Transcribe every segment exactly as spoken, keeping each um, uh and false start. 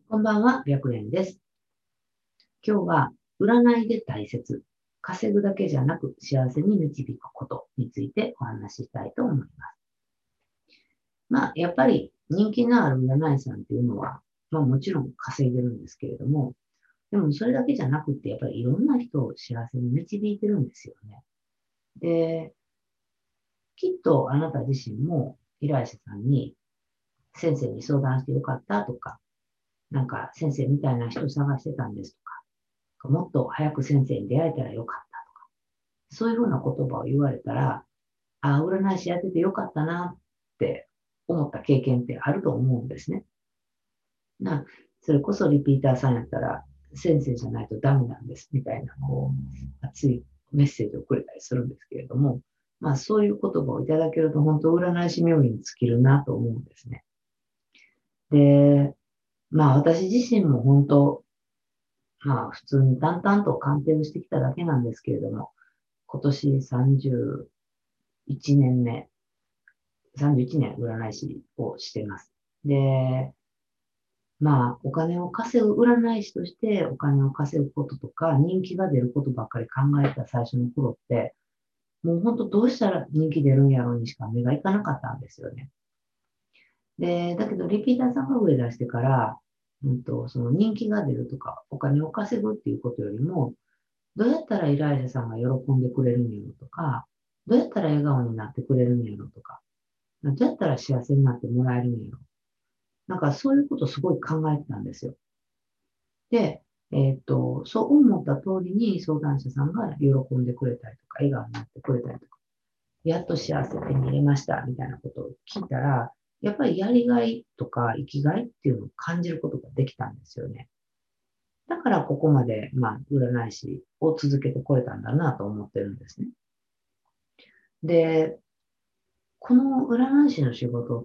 こんばんは、白蓮です。今日は、占いで大切、稼ぐだけじゃなく幸せに導くことについてお話ししたいと思います。まあ、やっぱり人気のある占い師さんっていうのは、まあもちろん稼いでるんですけれども、でもそれだけじゃなくて、やっぱりいろんな人を幸せに導いてるんですよね。で、きっとあなた自身も依頼者さんに先生に相談してよかったとか、なんか先生みたいな人を探してたんですとか、もっと早く先生に出会えたらよかったとか、そういうふうな言葉を言われたら、ああ、占い師やっててよかったなって思った経験ってあると思うんですね。な、それこそリピーターさんやったら、先生じゃないとダメなんですみたいな、こう、熱いメッセージをくれたりするんですけれども、まあそういう言葉をいただけると本当占い師冥利に尽きるなと思うんですね。で、まあ私自身も本当、まあ普通に淡々と鑑定をしてきただけなんですけれども、今年さんじゅういちねんめ、さんじゅういちねん占い師をしています。で、まあ、お金を稼ぐ占い師としてお金を稼ぐこととか、人気が出ることばっかり考えた最初の頃って、もう本当どうしたら人気出るんやろうにしか目がいかなかったんですよね。で、だけどリピーターさんが増え出してから、うんと、その人気が出るとか、お金を稼ぐっていうことよりも、どうやったら依頼者さんが喜んでくれるんやろとか、どうやったら笑顔になってくれるんやろとか、どうやったら幸せになってもらえるんやろ。なんかそういうことをすごい考えてたんですよ。で、えっと、そう思った通りに相談者さんが喜んでくれたりとか、笑顔になってくれたりとか、やっと幸せ手に入れました、みたいなことを聞いたら、やっぱりやりがいとか生きがいっていうのを感じることができたんですよね。だからここまで、まあ、占い師を続けてこれたんだなと思ってるんですね。で、この占い師の仕事って、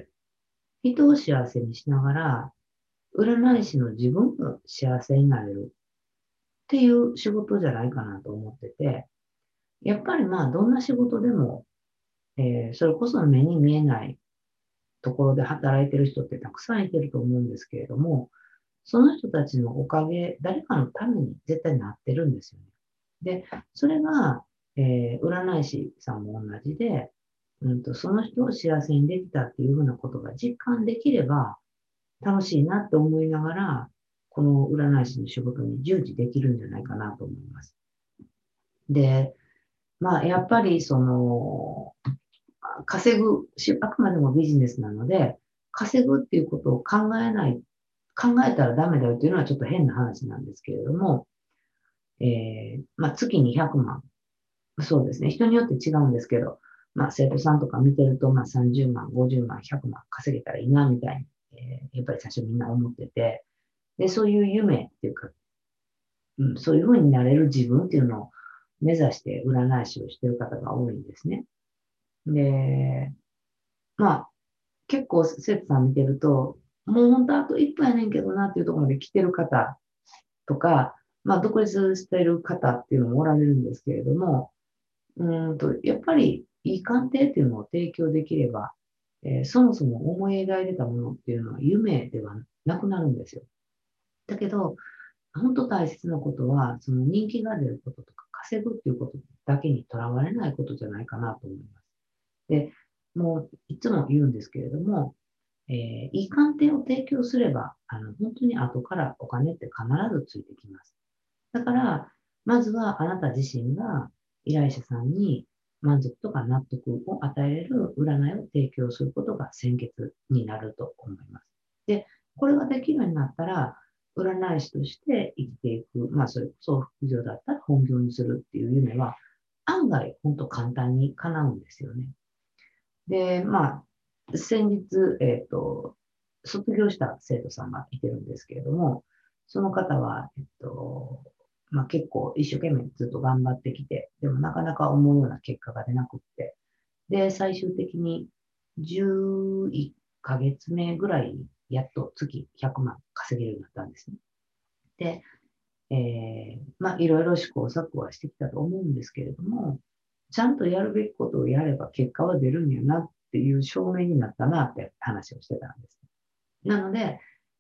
人を幸せにしながら、占い師の自分が幸せになれるっていう仕事じゃないかなと思ってて、やっぱりまあ、どんな仕事でも、えーそれこそ目に見えないところで働いてる人ってたくさんいてると思うんですけれども、その人たちのおかげ、誰かのために絶対なってるんですよね。で、それが、えー占い師さんも同じで、うんと、その人を幸せにできたっていうふうなことが実感できれば、楽しいなって思いながら、この占い師の仕事に従事できるんじゃないかなと思います。で、まあ、やっぱり、その、稼ぐし、あくまでもビジネスなので、稼ぐっていうことを考えない、考えたらダメだよっていうのはちょっと変な話なんですけれども、えー、まあ、月にひゃくまん。そうですね。人によって違うんですけど、まあ、生徒さんとか見てると、まあ、さんじゅうまん、ごじゅうまん、ひゃくまん稼げたらいいな、みたいに、えーやっぱり最初みんな思ってて、で、そういう夢っていうか、うん、そういうふうになれる自分っていうのを目指して占い師をしている方が多いんですね。で、まあ、結構生徒さん見てると、もう本当あと一歩やねんけどなっていうところまで来てる方とか、まあ、独立している方っていうのもおられるんですけれども、うーんと、やっぱりいい鑑定っていうのを提供できれば、えーそもそも思い描いてたものっていうのは夢ではなくなるんですよ。だけど、本当大切なことは、その人気が出ることとか稼ぐっていうことだけにとらわれないことじゃないかなと思います。で、もういつも言うんですけれども、えーいい鑑定を提供すれば、あの、本当に後からお金って必ずついてきます。だから、まずはあなた自身が依頼者さんに満足とか納得を与えれる占いを提供することが先決になると思います。で、これができるようになったら、占い師として生きていく、まあ、それこそ副業だったら本業にするっていう夢は、案外、本当簡単に叶うんですよね。で、まあ、先日、えっと、卒業した生徒さんがいてるんですけれども、その方は、えっと、まあ、結構一生懸命ずっと頑張ってきて、でもなかなか思うような結果が出なくって、で、最終的にじゅういっかげつめぐらいにやっと月ひゃくまん稼げるようになったんですね。で、えー、まあ、いろいろ試行錯誤はしてきたと思うんですけれども、ちゃんとやるべきことをやれば結果は出るんやなっていう証明になったなって話をしてたんです。なので、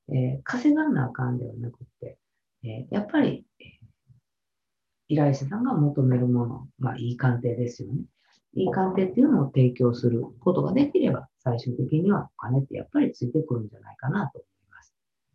えー稼がなあかんではなくて、えーやっぱり、えー依頼者さんが求めるもの、まあ、いい鑑定ですよね。いい鑑定っていうのを提供することができれば、最終的にはお金ってやっぱりついてくるんじゃないかなと思います。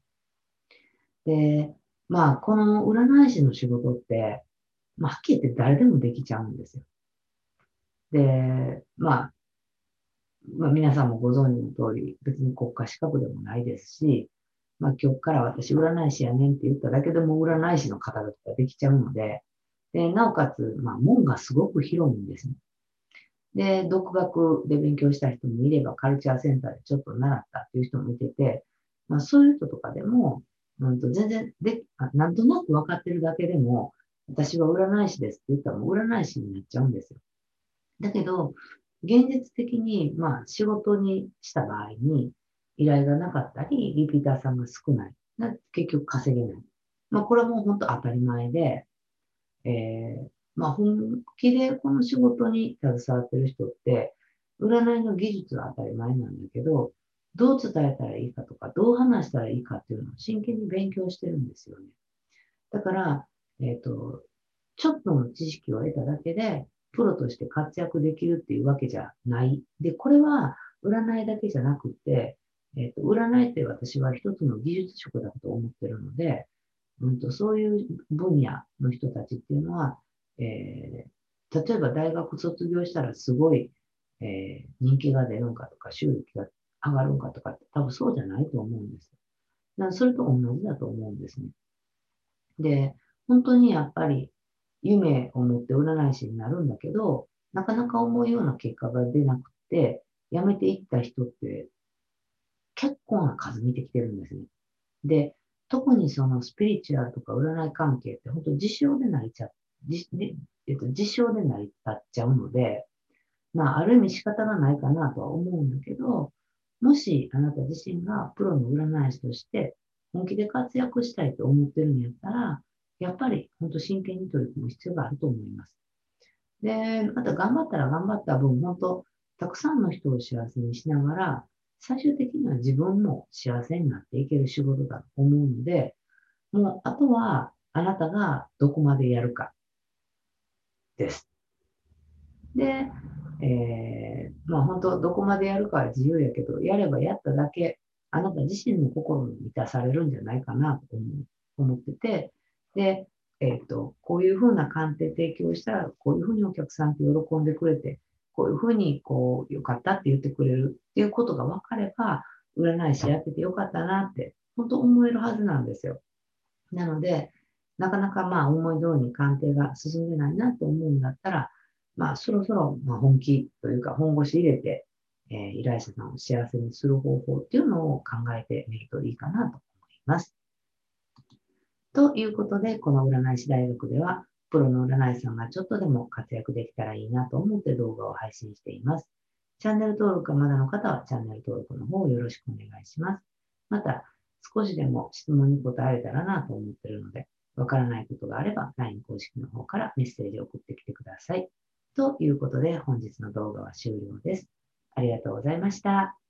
で、まあ、この占い師の仕事って、まあ、はっきり言って誰でもできちゃうんですよ。で、まあ、まあ、皆さんもご存知の通り、別に国家資格でもないですし、まあ、今日から私占い師やねんって言っただけでも占い師の方々ができちゃうので、で、なおかつ、まあ、門がすごく広いんですね。で、独学で勉強した人もいれば、カルチャーセンターでちょっと習ったっていう人もいてて、まあ、そういう人とかでも、うんと全然で、あなんとなく分かってるだけでも、私は占い師ですって言ったらもう占い師になっちゃうんですよ。だけど、現実的に、まあ、仕事にした場合に、依頼がなかったり、リピーターさんが少ない。な結局稼げない。まあ、これはもう本当当たり前で、えー、まあ、本気でこの仕事に携わってる人って、占いの技術は当たり前なんだけど、どう伝えたらいいかとか、どう話したらいいかっていうのを真剣に勉強してるんですよね。だから、えっと、ちょっとの知識を得ただけで、プロとして活躍できるっていうわけじゃない。で、これは占いだけじゃなくて、えっと、占いって私は一つの技術職だと思ってるので、うんと、そういう分野の人たちっていうのは、えー例えば大学卒業したらすごい、えー人気が出るんかとか、収益が上がるんかとかって多分そうじゃないと思うんです。だからそれと同じだと思うんですね。で、本当にやっぱり夢を持って占い師になるんだけど、なかなか思うような結果が出なくて、辞めていった人って結構な数見てきてるんですね。で、特にそのスピリチュアルとか占い関係って本当実証で成りちゃ、じでえっと、実証で成り立っちゃうので、まあ、ある意味仕方がないかなとは思うんだけど、もしあなた自身がプロの占い師として本気で活躍したいと思ってるんやったら、やっぱり本当真剣に取り組む必要があると思います。で、また頑張ったら頑張った分、本当たくさんの人を幸せにしながら、最終的には自分も幸せになっていける仕事だと思うので、もうあとはあなたがどこまでやるかです。で、えー、まあ本当どこまでやるかは自由やけど、やればやっただけ、あなた自身の心に満たされるんじゃないかなと思う思ってて、で、えっと、こういうふうな鑑定提供したら、こういうふうにお客さんって喜んでくれて、こういうふうに、こう、よかったって言ってくれるっていうことが分かれば、占い師やっててよかったなって、本当思えるはずなんですよ。なので、なかなかまあ思い通りに鑑定が進んでないなと思うんだったら、まあそろそろまあ本気というか本腰入れて、えー依頼者さんを幸せにする方法っていうのを考えてみるといいかなと思います。ということで、この占い師大学では、プロの占い師さんがちょっとでも活躍できたらいいなと思って動画を配信しています。チャンネル登録がまだの方はチャンネル登録の方をよろしくお願いします。また、少しでも質問に答えれたらなと思っているので、わからないことがあれば ライン 公式の方からメッセージを送ってきてください。ということで、本日の動画は終了です。ありがとうございました。